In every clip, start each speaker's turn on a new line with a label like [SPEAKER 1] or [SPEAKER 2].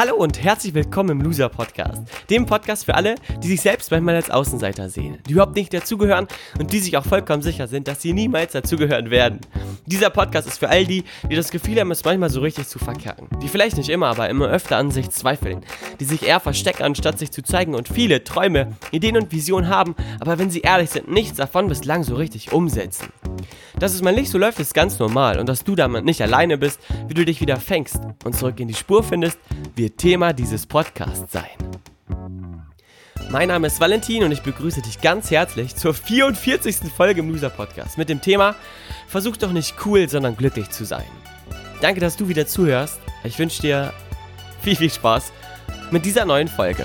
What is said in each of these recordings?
[SPEAKER 1] Hallo und herzlich willkommen im Loser Podcast, dem Podcast für alle, die sich selbst manchmal als Außenseiter sehen, die überhaupt nicht dazugehören und die sich auch vollkommen sicher sind, dass sie niemals dazugehören werden. Dieser Podcast ist für all die das Gefühl haben, es manchmal so richtig zu verkacken, die vielleicht nicht immer, aber immer öfter an sich zweifeln, die sich eher verstecken, anstatt sich zu zeigen und viele Träume, Ideen und Visionen haben, aber wenn sie ehrlich sind, nichts davon bislang so richtig umsetzen. Dass es mal nicht so läuft, ist ganz normal und dass du damit nicht alleine bist, wie du dich wieder fängst und zurück in die Spur findest, wird Thema dieses Podcasts sein. Mein Name ist Valentin und ich begrüße dich ganz herzlich zur 44. Folge im Loser Podcast mit dem Thema Versuch doch nicht cool, sondern glücklich zu sein. Danke, dass du wieder zuhörst. Ich wünsche dir viel Spaß mit dieser neuen Folge.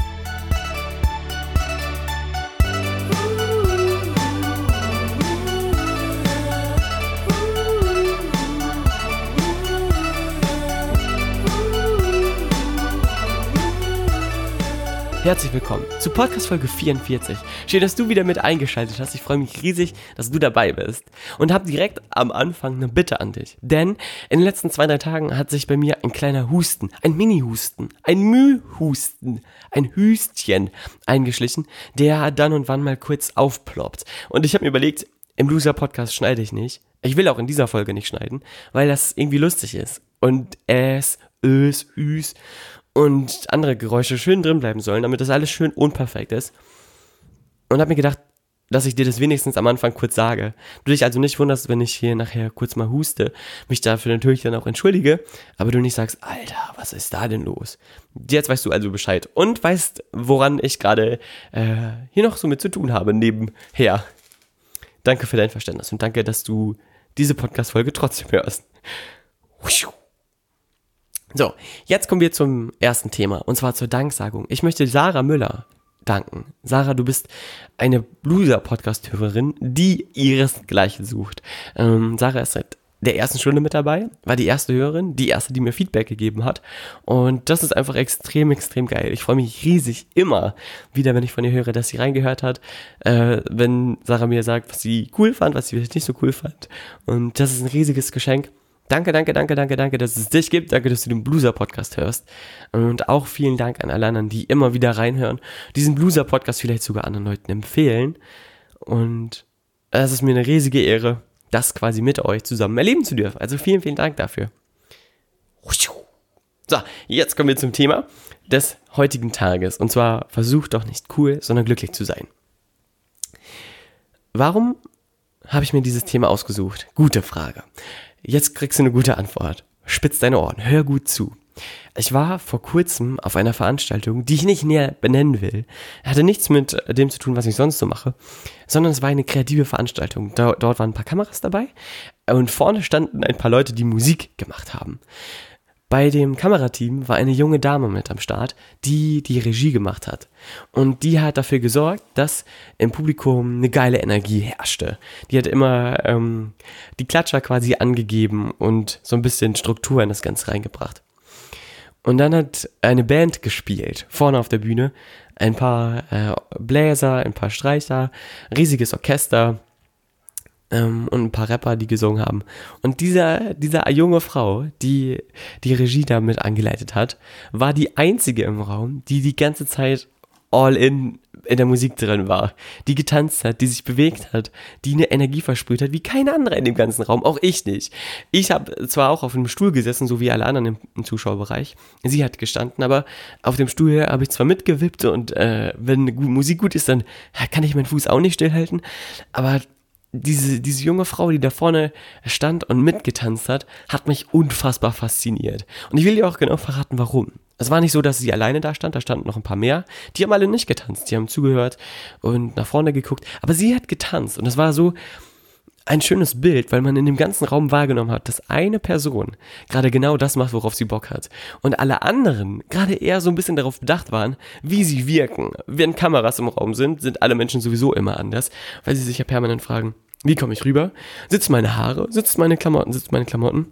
[SPEAKER 1] Herzlich willkommen zu Podcast Folge 44. Schön, dass du wieder mit eingeschaltet hast. Ich freue mich riesig, dass du dabei bist. Und habe direkt am Anfang eine Bitte an dich. Denn in den letzten 2-3 Tagen hat sich bei mir ein kleiner Husten, ein Mini-Husten, ein Mühhusten, ein Hüstchen eingeschlichen, der dann und wann mal kurz aufploppt. Und ich habe mir überlegt, im Loser-Podcast schneide ich nicht. Ich will auch in dieser Folge nicht schneiden, weil das irgendwie lustig ist. Und üs und andere Geräusche schön drin bleiben sollen, damit das alles schön unperfekt ist. Und habe mir gedacht, dass ich dir das wenigstens am Anfang kurz sage. Du dich also nicht wunderst, wenn ich hier nachher kurz mal huste, mich dafür natürlich dann auch entschuldige, aber du nicht sagst, Alter, was ist da denn los? Jetzt weißt du also Bescheid und weißt, woran ich gerade hier noch so mit zu tun habe nebenher. Danke für dein Verständnis und danke, dass du diese Podcast-Folge trotzdem hörst. So, jetzt kommen wir zum ersten Thema, und zwar zur Danksagung. Ich möchte Sarah Müller danken. Sarah, du bist eine Loser-Podcast-Hörerin, die ihresgleichen sucht. Sarah ist seit der ersten Stunde mit dabei, war die erste Hörerin, die erste, die mir Feedback gegeben hat. Und das ist einfach extrem geil. Ich freue mich riesig immer wieder, wenn ich von ihr höre, dass sie reingehört hat. Wenn Sarah mir sagt, was sie cool fand, was sie nicht so cool fand. Und das ist ein riesiges Geschenk. Danke, dass es dich gibt. Danke, dass du den Blueser-Podcast hörst. Und auch vielen Dank an alle anderen, die immer wieder reinhören, diesen Blueser-Podcast vielleicht sogar anderen Leuten empfehlen. Und es ist mir eine riesige Ehre, das quasi mit euch zusammen erleben zu dürfen. Also vielen Dank dafür. So, jetzt kommen wir zum Thema des heutigen Tages. Und zwar, versuch doch nicht cool, sondern glücklich zu sein. Warum habe ich mir dieses Thema ausgesucht? Gute Frage. Jetzt kriegst du eine gute Antwort. Spitz deine Ohren, hör gut zu. Ich war vor kurzem auf einer Veranstaltung, die ich nicht näher benennen will. Hatte nichts mit dem zu tun, was ich sonst so mache, sondern es war eine kreative Veranstaltung. Dort waren ein paar Kameras dabei und vorne standen ein paar Leute, die Musik gemacht haben. Bei dem Kamerateam war eine junge Dame mit am Start, die die Regie gemacht hat. Und die hat dafür gesorgt, dass im Publikum eine geile Energie herrschte. Die hat immer die Klatscher quasi angegeben und so ein bisschen Struktur in das Ganze reingebracht. Und dann hat eine Band gespielt, vorne auf der Bühne. Ein paar Bläser, ein paar Streicher, riesiges Orchester. Und ein paar Rapper, die gesungen haben. Und diese junge Frau, die die Regie damit angeleitet hat, war die einzige im Raum, die die ganze Zeit all in der Musik drin war. Die getanzt hat, die sich bewegt hat, die eine Energie versprüht hat, wie keine andere in dem ganzen Raum. Auch ich nicht. Ich habe zwar auch auf einem Stuhl gesessen, so wie alle anderen im Zuschauerbereich. Sie hat gestanden, aber auf dem Stuhl habe ich zwar mitgewippt und wenn Musik gut ist, dann kann ich meinen Fuß auch nicht stillhalten. Aber diese junge Frau, die da vorne stand und mitgetanzt hat mich unfassbar fasziniert. Und ich will dir auch genau verraten, warum. Es war nicht so, dass sie alleine da standen noch ein paar mehr. Die haben alle nicht getanzt, die haben zugehört und nach vorne geguckt. Aber sie hat getanzt und es war so ein schönes Bild, weil man in dem ganzen Raum wahrgenommen hat, dass eine Person gerade genau das macht, worauf sie Bock hat. Und alle anderen gerade eher so ein bisschen darauf bedacht waren, wie sie wirken. Wenn Kameras im Raum sind alle Menschen sowieso immer anders, weil sie sich ja permanent fragen, wie komme ich rüber? Sitzen meine Haare? Sitzen meine Klamotten?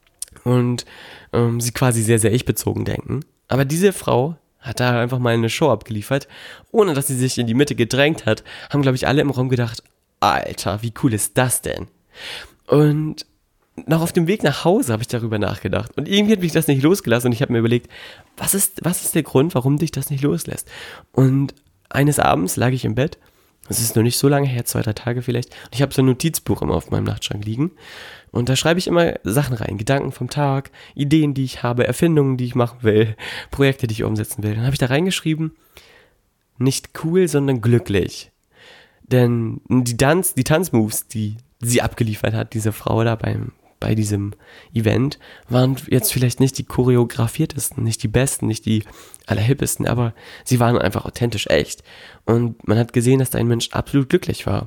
[SPEAKER 1] Und sie quasi sehr ich-bezogen denken. Aber diese Frau hat da einfach mal eine Show abgeliefert, ohne dass sie sich in die Mitte gedrängt hat, haben, glaube ich, alle im Raum gedacht, Alter, wie cool ist das denn? Und noch auf dem Weg nach Hause habe ich darüber nachgedacht. Und irgendwie hat mich das nicht losgelassen. Und ich habe mir überlegt, was ist der Grund, warum dich das nicht loslässt? Und eines Abends lag ich im Bett. Es ist noch nicht so lange her, 2, 3 Tage vielleicht. Und ich habe so ein Notizbuch immer auf meinem Nachtschrank liegen. Und da schreibe ich immer Sachen rein. Gedanken vom Tag, Ideen, die ich habe, Erfindungen, die ich machen will, Projekte, die ich umsetzen will. Dann habe ich da reingeschrieben, nicht cool, sondern glücklich. Denn die Tanzmoves, die sie abgeliefert hat, diese Frau da bei diesem Event, waren jetzt vielleicht nicht die choreografiertesten, nicht die besten, nicht die allerhippesten, aber sie waren einfach authentisch echt. Und man hat gesehen, dass da ein Mensch absolut glücklich war.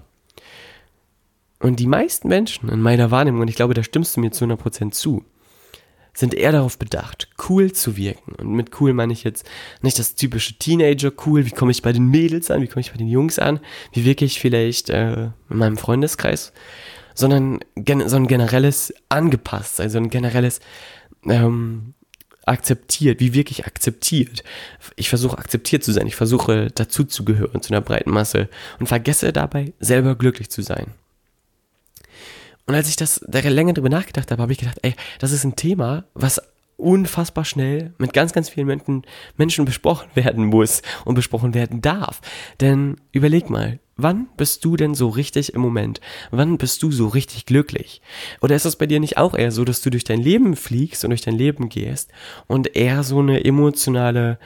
[SPEAKER 1] Und die meisten Menschen in meiner Wahrnehmung, und ich glaube, da stimmst du mir zu 100% zu, sind eher darauf bedacht, cool zu wirken. Und mit cool meine ich jetzt nicht das typische Teenager-cool, wie komme ich bei den Mädels an, wie komme ich bei den Jungs an, wie wirke ich vielleicht in meinem Freundeskreis, sondern so ein generelles angepasst, also ein generelles akzeptiert, wie wirklich akzeptiert. Ich versuche akzeptiert zu sein, ich versuche dazu zu gehören zu einer breiten Masse und vergesse dabei, selber glücklich zu sein. Und als ich da länger drüber nachgedacht habe, habe ich gedacht, ey, das ist ein Thema, was unfassbar schnell mit ganz, ganz vielen Menschen besprochen werden muss und besprochen werden darf. Denn überleg mal, wann bist du denn so richtig im Moment? Wann bist du so richtig glücklich? Oder ist es bei dir nicht auch eher so, dass du durch dein Leben fliegst und durch dein Leben gehst und eher so eine emotionale,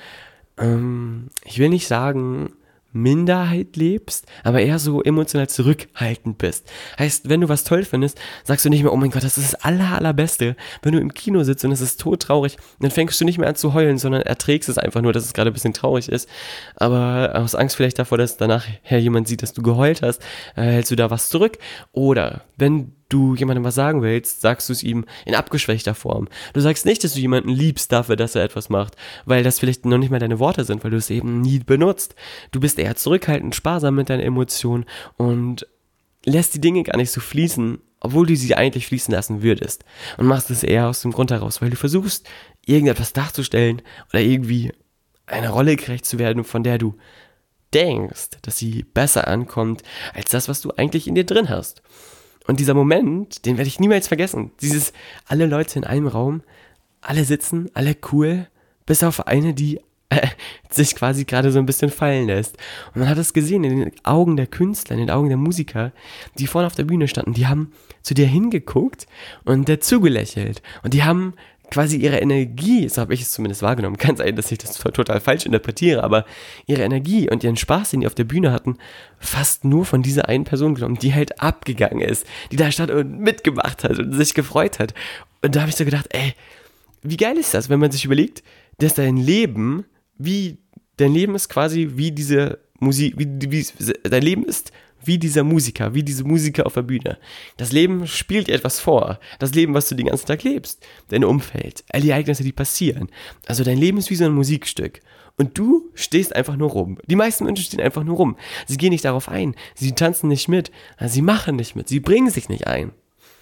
[SPEAKER 1] ich will nicht sagen, Minderheit lebst, aber eher so emotional zurückhaltend bist. Heißt, wenn du was toll findest, sagst du nicht mehr, oh mein Gott, das ist das Allerbeste. Wenn du im Kino sitzt und es ist todtraurig, dann fängst du nicht mehr an zu heulen, sondern erträgst es einfach nur, dass es gerade ein bisschen traurig ist. Aber aus Angst vielleicht davor, dass danach jemand sieht, dass du geheult hast, hältst du da was zurück. Oder wenn du jemandem was sagen willst, sagst du es ihm in abgeschwächter Form. Du sagst nicht, dass du jemanden liebst dafür, dass er etwas macht, weil das vielleicht noch nicht mal deine Worte sind, weil du es eben nie benutzt. Du bist eher zurückhaltend, sparsam mit deinen Emotionen und lässt die Dinge gar nicht so fließen, obwohl du sie eigentlich fließen lassen würdest. Und machst es eher aus dem Grund heraus, weil du versuchst, irgendetwas darzustellen oder irgendwie einer Rolle gerecht zu werden, von der du denkst, dass sie besser ankommt, als das, was du eigentlich in dir drin hast. Und dieser Moment, den werde ich niemals vergessen. Alle Leute in einem Raum, alle sitzen, alle cool, bis auf eine, die sich quasi gerade so ein bisschen fallen lässt. Und man hat es gesehen in den Augen der Künstler, in den Augen der Musiker, die vorne auf der Bühne standen, die haben zu dir hingeguckt und dazu gelächelt. Und die haben quasi ihre Energie, so habe ich es zumindest wahrgenommen, kann sein, dass ich das total falsch interpretiere, aber ihre Energie und ihren Spaß, den die auf der Bühne hatten, fast nur von dieser einen Person genommen, die halt abgegangen ist, die da stand und mitgemacht hat und sich gefreut hat. Und da habe ich so gedacht, ey, wie geil ist das, wenn man sich überlegt, dass dein Leben ist quasi wie diese Musik, dein Leben ist wie dieser Musiker, wie diese Musiker auf der Bühne. Das Leben spielt dir etwas vor. Das Leben, was du den ganzen Tag lebst. Dein Umfeld, all die Ereignisse, die passieren. Also dein Leben ist wie so ein Musikstück. Und du stehst einfach nur rum. Die meisten Menschen stehen einfach nur rum. Sie gehen nicht darauf ein. Sie tanzen nicht mit. Sie machen nicht mit. Sie bringen sich nicht ein.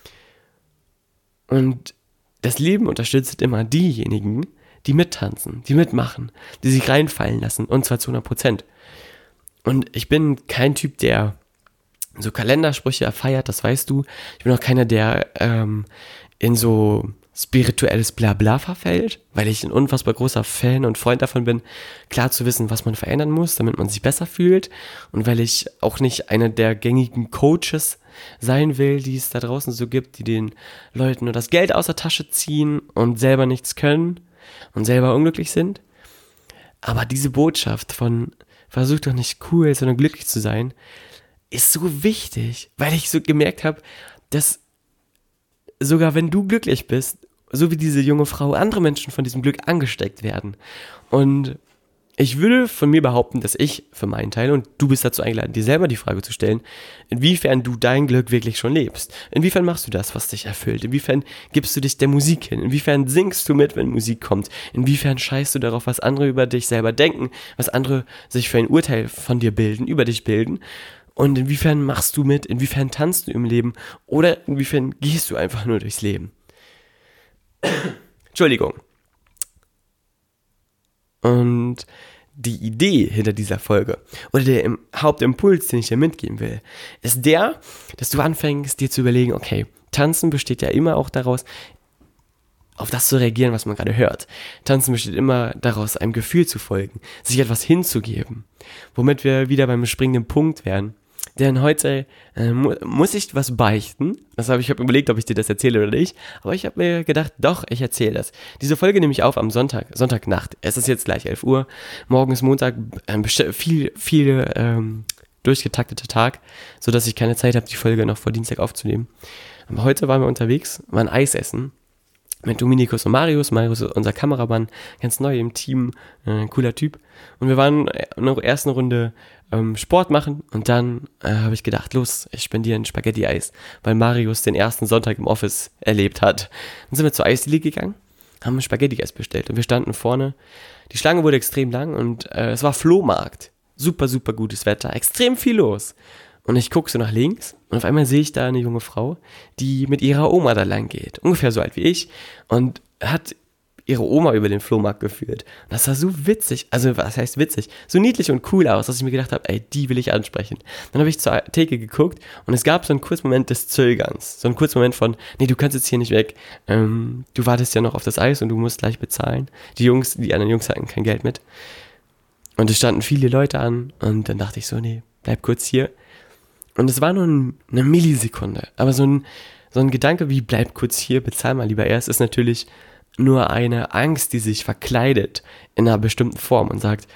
[SPEAKER 1] Und das Leben unterstützt immer diejenigen, die mittanzen, die mitmachen, die sich reinfallen lassen. Und zwar zu 100%. Und ich bin kein Typ, der so Kalendersprüche feiert, das weißt du. Ich bin auch keiner, der in so spirituelles Blabla verfällt, weil ich ein unfassbar großer Fan und Freund davon bin, klar zu wissen, was man verändern muss, damit man sich besser fühlt. Und weil ich auch nicht einer der gängigen Coaches sein will, die es da draußen so gibt, die den Leuten nur das Geld aus der Tasche ziehen und selber nichts können und selber unglücklich sind. Aber diese Botschaft von versuch doch nicht cool, sondern glücklich zu sein, ist so wichtig, weil ich so gemerkt habe, dass sogar wenn du glücklich bist, so wie diese junge Frau, andere Menschen von diesem Glück angesteckt werden. Und ich würde von mir behaupten, dass ich für meinen Teil, und du bist dazu eingeladen, dir selber die Frage zu stellen, inwiefern du dein Glück wirklich schon lebst. Inwiefern machst du das, was dich erfüllt? Inwiefern gibst du dich der Musik hin? Inwiefern singst du mit, wenn Musik kommt? Inwiefern scheißt du darauf, was andere über dich selber denken? Was andere sich für ein Urteil von dir bilden, über dich bilden? Und inwiefern machst du mit? Inwiefern tanzt du im Leben? Oder inwiefern gehst du einfach nur durchs Leben? Entschuldigung. Und die Idee hinter dieser Folge oder der Hauptimpuls, den ich dir mitgeben will, ist der, dass du anfängst, dir zu überlegen, okay, Tanzen besteht ja immer auch daraus, auf das zu reagieren, was man gerade hört. Tanzen besteht immer daraus, einem Gefühl zu folgen, sich etwas hinzugeben, womit wir wieder beim springenden Punkt wären. Denn heute muss ich was beichten. Ich habe überlegt, ob ich dir das erzähle oder nicht. Aber ich habe mir gedacht, doch, ich erzähle das. Diese Folge nehme ich auf am Sonntagnacht. Es ist jetzt gleich 11 Uhr. Morgen ist Montag, viel durchgetakteter Tag, sodass ich keine Zeit habe, die Folge noch vor Dienstag aufzunehmen. Aber heute waren wir unterwegs, waren Eis essen. Mit Dominikus und Marius. Marius ist unser Kameramann, ganz neu im Team, cooler Typ. Und wir waren erst eine Runde Sport machen und dann habe ich gedacht, los, ich spendiere ein Spaghetti-Eis, weil Marius den ersten Sonntag im Office erlebt hat. Dann sind wir zur Eisdiele gegangen, haben ein Spaghetti-Eis bestellt und wir standen vorne. Die Schlange wurde extrem lang und es war Flohmarkt. Super, super gutes Wetter, extrem viel los. Und ich gucke so nach links und auf einmal sehe ich da eine junge Frau, die mit ihrer Oma da lang geht. Ungefähr so alt wie ich. Und hat ihre Oma über den Flohmarkt geführt. Und das sah so witzig, also was heißt witzig, so niedlich und cool aus, dass ich mir gedacht habe, ey, die will ich ansprechen. Dann habe ich zur Theke geguckt und es gab so einen kurzen Moment des Zögerns. So einen kurzen Moment von, nee, du kannst jetzt hier nicht weg. Du wartest ja noch auf das Eis und du musst gleich bezahlen. Die anderen Jungs hatten kein Geld mit. Und es standen viele Leute an und dann dachte ich so, nee, bleib kurz hier. Und es war nur eine Millisekunde, aber so ein Gedanke wie, bleib kurz hier, bezahl mal lieber erst, ist natürlich nur eine Angst, die sich verkleidet in einer bestimmten Form und sagt,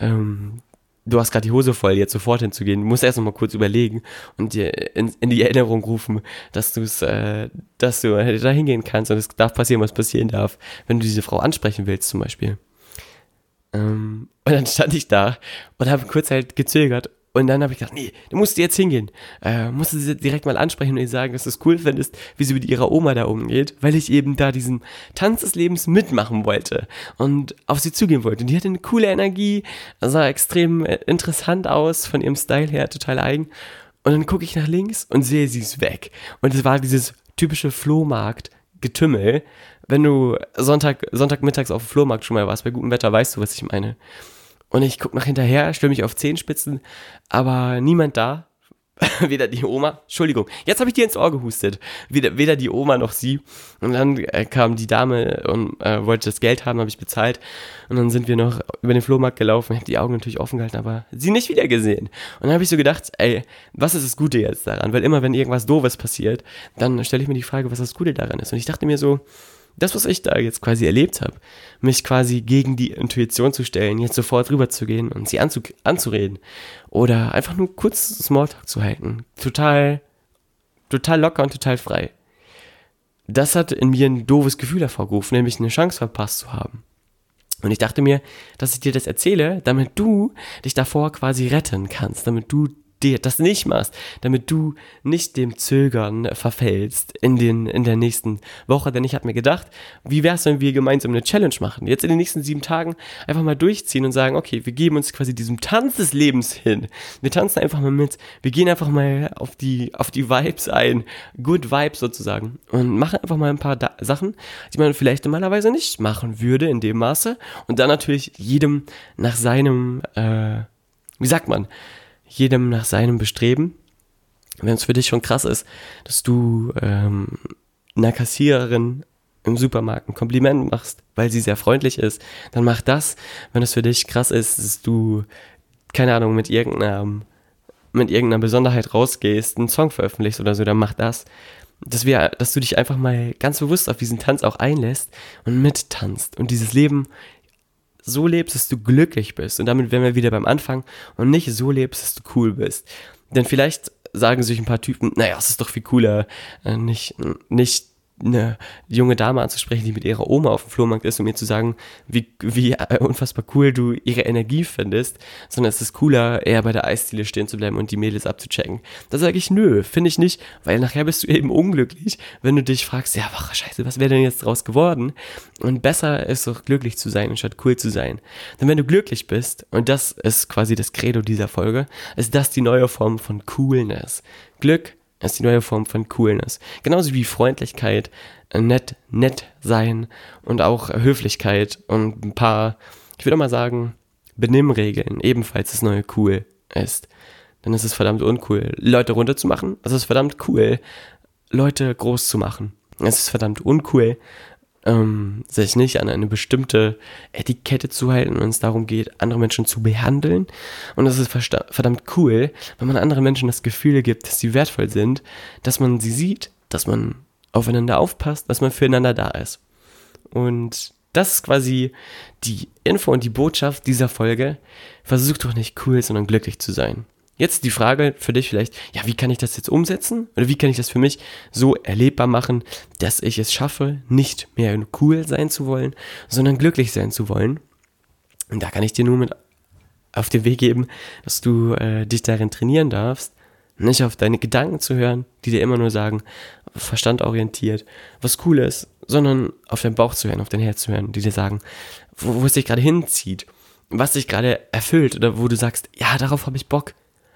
[SPEAKER 1] du hast gerade die Hose voll, jetzt sofort hinzugehen, du musst erst noch mal kurz überlegen und dir in die Erinnerung rufen, dass du da hingehen kannst und es darf passieren, was passieren darf, wenn du diese Frau ansprechen willst zum Beispiel. Und dann stand ich da und habe kurz halt gezögert. Und dann habe ich gedacht, nee, du musst jetzt hingehen. Musst du sie direkt mal ansprechen und ihr sagen, dass du es cool findest, wie sie mit ihrer Oma da umgeht, weil ich eben da diesen Tanz des Lebens mitmachen wollte und auf sie zugehen wollte. Und die hatte eine coole Energie, sah extrem interessant aus, von ihrem Style her, total eigen. Und dann gucke ich nach links und sehe, sie ist weg. Und es war dieses typische Flohmarkt-Getümmel. Wenn du Sonntagmittags auf dem Flohmarkt schon mal warst, bei gutem Wetter, weißt du, was ich meine. Und ich gucke nach hinterher, stelle mich auf Zehenspitzen, aber niemand da. Weder die Oma, Entschuldigung, jetzt habe ich dir ins Ohr gehustet. Weder die Oma noch sie. Und dann kam die Dame und wollte das Geld haben, habe ich bezahlt. Und dann sind wir noch über den Flohmarkt gelaufen. Ich habe die Augen natürlich offen gehalten, aber sie nicht wieder gesehen. Und dann habe ich so gedacht, ey, was ist das Gute jetzt daran? Weil immer, wenn irgendwas Doofes passiert, dann stelle ich mir die Frage, was das Gute daran ist. Und ich dachte mir so, das, was ich da jetzt quasi erlebt habe, mich quasi gegen die Intuition zu stellen, jetzt sofort rüber zu gehen und sie anzureden oder einfach nur kurz Smalltalk zu halten, total locker und total frei. Das hat in mir ein doofes Gefühl hervorgerufen, nämlich eine Chance verpasst zu haben. Und ich dachte mir, dass ich dir das erzähle, damit du dich davor quasi retten kannst, damit du dir das nicht machst, damit du nicht dem Zögern verfällst in der nächsten Woche. Denn ich habe mir gedacht, wie wäre es, wenn wir gemeinsam eine Challenge machen? Jetzt in den nächsten 7 Tagen einfach mal durchziehen und sagen, okay, wir geben uns quasi diesem Tanz des Lebens hin. Wir tanzen einfach mal mit. Wir gehen einfach mal auf die Vibes ein. Good Vibes sozusagen. Und machen einfach mal ein paar Sachen, die man vielleicht normalerweise nicht machen würde in dem Maße. Und dann natürlich jedem nach seinem, jedem nach seinem Bestreben. Wenn es für dich schon krass ist, dass du einer Kassiererin im Supermarkt ein Kompliment machst, weil sie sehr freundlich ist, dann mach das. Wenn es für dich krass ist, dass du, keine Ahnung, mit irgendeiner Besonderheit rausgehst, einen Song veröffentlichst oder so, dann mach das. Dass du dich einfach mal ganz bewusst auf diesen Tanz auch einlässt und mittanzt und dieses Leben so lebst, dass du glücklich bist. Und damit wären wir wieder beim Anfang und nicht so lebst, dass du cool bist. Denn vielleicht sagen sich ein paar Typen, naja, es ist doch viel cooler, nicht eine junge Dame anzusprechen, die mit ihrer Oma auf dem Flohmarkt ist, um ihr zu sagen, wie unfassbar cool du ihre Energie findest, sondern es ist cooler, eher bei der Eisdiele stehen zu bleiben und die Mädels abzuchecken. Da sage ich, nö, finde ich nicht, weil nachher bist du eben unglücklich, wenn du dich fragst, ja, ach, scheiße, was wäre denn jetzt draus geworden? Und besser ist doch glücklich zu sein, anstatt cool zu sein. Denn wenn du glücklich bist, und das ist quasi das Credo dieser Folge, ist das die neue Form von Coolness. Glück ist die neue Form von Coolness. Genauso wie Freundlichkeit, nett sein und auch Höflichkeit und ein paar, ich würde mal sagen, Benimmregeln ebenfalls das neue cool ist, dann ist es verdammt uncool, Leute runterzumachen. Es ist verdammt cool, Leute groß zu machen. Es ist verdammt uncool, sich nicht an eine bestimmte Etikette zu halten, wenn es darum geht, andere Menschen zu behandeln. Und es ist verdammt cool, wenn man anderen Menschen das Gefühl gibt, dass sie wertvoll sind, dass man sie sieht, dass man aufeinander aufpasst, dass man füreinander da ist. Und das ist quasi die Info und die Botschaft dieser Folge. Versuch doch nicht cool, sondern glücklich zu sein. Jetzt die Frage für dich vielleicht, ja, wie kann ich das jetzt umsetzen? Oder wie kann ich das für mich so erlebbar machen, dass ich es schaffe, nicht mehr cool sein zu wollen, sondern glücklich sein zu wollen? Und da kann ich dir nur mit auf den Weg geben, dass du dich darin trainieren darfst, nicht auf deine Gedanken zu hören, die dir immer nur sagen, verstandorientiert, was cool ist, sondern auf deinen Bauch zu hören, auf dein Herz zu hören, die dir sagen, wo es dich gerade hinzieht, was dich gerade erfüllt oder wo du sagst, ja, darauf habe ich Bock.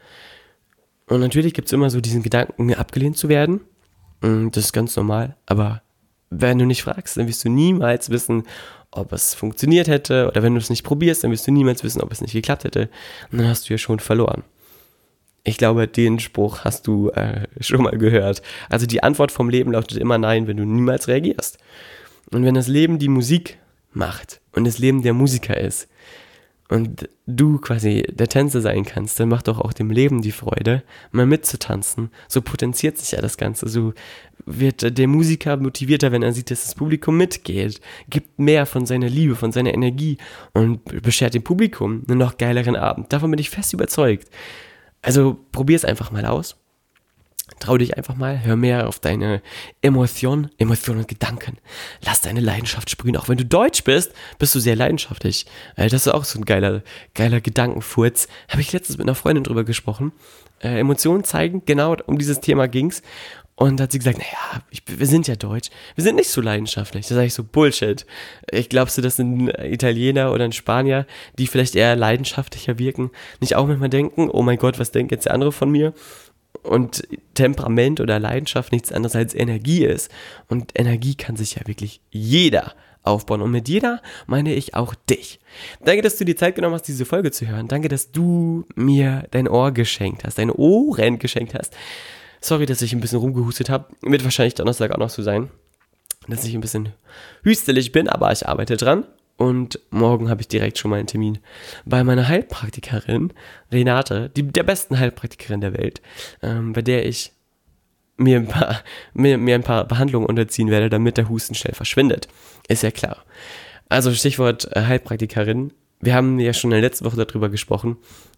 [SPEAKER 1] Und natürlich gibt es immer so diesen Gedanken, abgelehnt zu werden. Das ist ganz normal. Aber wenn du nicht fragst, dann wirst du niemals wissen, ob es funktioniert hätte. Oder wenn du es nicht probierst, dann wirst du niemals wissen, ob es nicht geklappt hätte. Und dann hast du ja schon verloren. Ich glaube, den Spruch hast du schon mal gehört. Also die Antwort vom Leben lautet immer nein, wenn du niemals reagierst. Und wenn das Leben die Musik macht und das Leben der Musiker ist, und du quasi der Tänzer sein kannst, dann macht doch auch dem Leben die Freude, mal mitzutanzen. So potenziert sich ja das Ganze. So wird der Musiker motivierter, wenn er sieht, dass das Publikum mitgeht, gibt mehr von seiner Liebe, von seiner Energie und beschert dem Publikum einen noch geileren Abend. Davon bin ich fest überzeugt. Also probier's einfach mal aus. Trau dich einfach mal, hör mehr auf deine Emotionen und Gedanken. Lass deine Leidenschaft sprühen. Auch wenn du Deutsch bist, bist du sehr leidenschaftlich. Das ist auch so ein geiler Gedankenfurz. Habe ich letztens mit einer Freundin drüber gesprochen. Emotionen zeigen, genau um dieses Thema ging's. Und da hat sie gesagt, naja, wir sind ja deutsch, wir sind nicht so leidenschaftlich. Da sage ich so, Bullshit. Glaubst du, dass ein Italiener oder ein Spanier, die vielleicht eher leidenschaftlicher wirken, nicht auch manchmal denken, oh mein Gott, was denkt jetzt der andere von mir? Und Temperament oder Leidenschaft nichts anderes als Energie ist. Und Energie kann sich ja wirklich jeder aufbauen. Und mit jeder meine ich auch dich. Danke, dass du dir Zeit genommen hast, diese Folge zu hören. Danke, dass du mir dein Ohr geschenkt hast, deine Ohren geschenkt hast. Sorry, dass ich ein bisschen rumgehustet habe. Wird wahrscheinlich Donnerstag auch noch so sein, dass ich ein bisschen hüstelig bin, aber ich arbeite dran. Und morgen habe ich direkt schon mal einen Termin bei meiner Heilpraktikerin, Renate, der besten Heilpraktikerin der Welt, bei der ich mir ein paar Behandlungen unterziehen werde, damit der Husten schnell verschwindet. Ist ja klar. Also Stichwort Heilpraktikerin. Wir haben ja schon in der letzten Woche darüber gesprochen,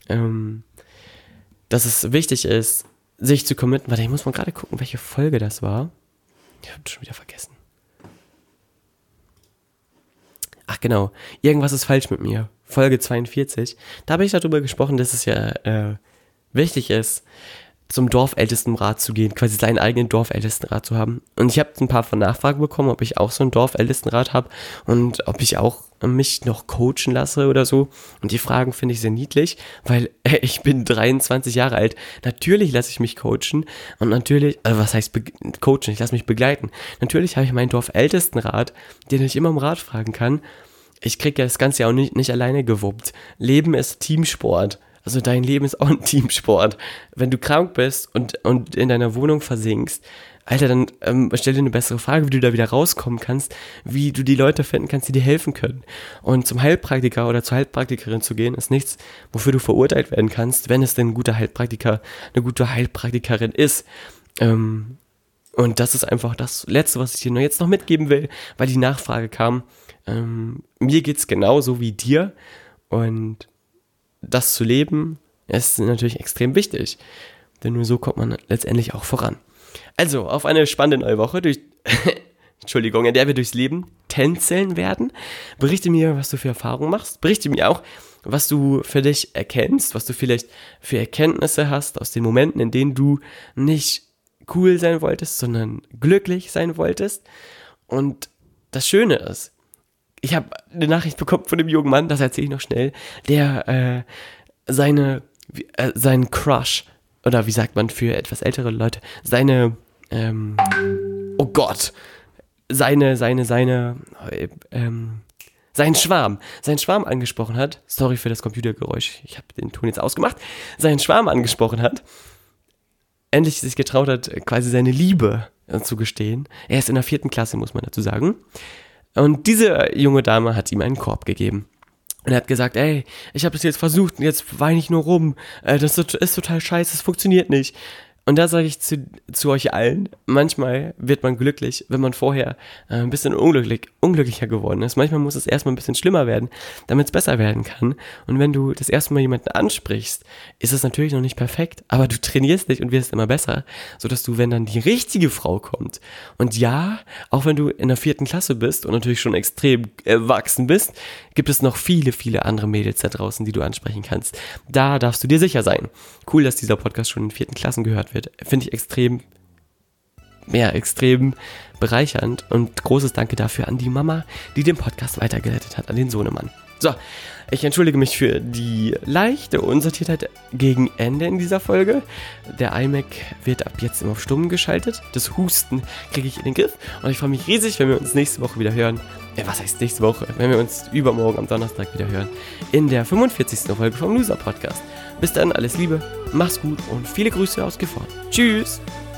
[SPEAKER 1] dass es wichtig ist, sich zu committen. Warte, ich muss mal gerade gucken, welche Folge das war. Ich habe schon wieder vergessen. Ach genau, irgendwas ist falsch mit mir. Folge 42. Da habe ich darüber gesprochen, dass es ja wichtig ist, zum Dorfältestenrat zu gehen, quasi seinen eigenen Dorfältestenrat zu haben. Und ich habe ein paar von Nachfragen bekommen, ob ich auch so einen Dorfältestenrat habe und ob ich auch mich noch coachen lasse oder so. Und die Fragen finde ich sehr niedlich, weil ich bin 23 Jahre alt. Natürlich lasse ich mich coachen und natürlich, also was heißt coachen? Ich lasse mich begleiten. Natürlich habe ich meinen Dorfältestenrat, den ich immer um Rat fragen kann. Ich kriege ja das Ganze ja auch nicht alleine gewuppt. Leben ist Teamsport. Also dein Leben ist auch ein Teamsport. Wenn du krank bist und in deiner Wohnung versinkst, Alter, dann stell dir eine bessere Frage, wie du da wieder rauskommen kannst, wie du die Leute finden kannst, die dir helfen können. Und zum Heilpraktiker oder zur Heilpraktikerin zu gehen, ist nichts, wofür du verurteilt werden kannst, wenn es denn ein guter Heilpraktiker, eine gute Heilpraktikerin ist. Und das ist einfach das Letzte, was ich dir jetzt noch mitgeben will, weil die Nachfrage kam. Mir geht's genauso wie dir und das zu leben ist natürlich extrem wichtig, denn nur so kommt man letztendlich auch voran. Also, auf eine spannende neue Woche, Entschuldigung, in der wir durchs Leben tänzeln werden. Berichte mir, was du für Erfahrungen machst. Berichte mir auch, was du für dich erkennst, was du vielleicht für Erkenntnisse hast aus den Momenten, in denen du nicht cool sein wolltest, sondern glücklich sein wolltest. Und das Schöne ist, ich habe eine Nachricht bekommen von dem jungen Mann, das erzähle ich noch schnell, der seinen Crush, oder wie sagt man für etwas ältere Leute, seine seinen Schwarm angesprochen hat, sorry für das Computergeräusch, ich habe den Ton jetzt ausgemacht, seinen Schwarm angesprochen hat, endlich sich getraut hat, quasi seine Liebe zu gestehen. Er ist in der 4. Klasse, muss man dazu sagen. Und diese junge Dame hat ihm einen Korb gegeben. Und er hat gesagt, ey, ich habe das jetzt versucht und jetzt weine ich nur rum. Das ist total scheiße, das funktioniert nicht. Und da sage ich zu euch allen, manchmal wird man glücklich, wenn man vorher ein bisschen unglücklicher geworden ist. Manchmal muss es erstmal ein bisschen schlimmer werden, damit es besser werden kann. Und wenn du das erste Mal jemanden ansprichst, ist es natürlich noch nicht perfekt, aber du trainierst dich und wirst immer besser, sodass du, wenn dann die richtige Frau kommt, und ja, auch wenn du in der 4. Klasse bist und natürlich schon extrem erwachsen bist, gibt es noch viele, viele andere Mädels da draußen, die du ansprechen kannst. Da darfst du dir sicher sein. Cool, dass dieser Podcast schon in 4. Klassen gehört wird. Finde ich extrem bereichernd und großes Danke dafür an die Mama, die den Podcast weitergeleitet hat, an den Sohnemann. So, ich entschuldige mich für die leichte Unsortiertheit gegen Ende in dieser Folge. Der iMac wird ab jetzt immer auf Stumm geschaltet. Das Husten kriege ich in den Griff und ich freue mich riesig, wenn wir uns nächste Woche wieder hören. Was heißt nächste Woche? Wenn wir uns übermorgen am Donnerstag wieder hören. In der 45. Folge vom Loser Podcast. Bis dann, alles Liebe, mach's gut und viele Grüße aus Gifhorn. Tschüss!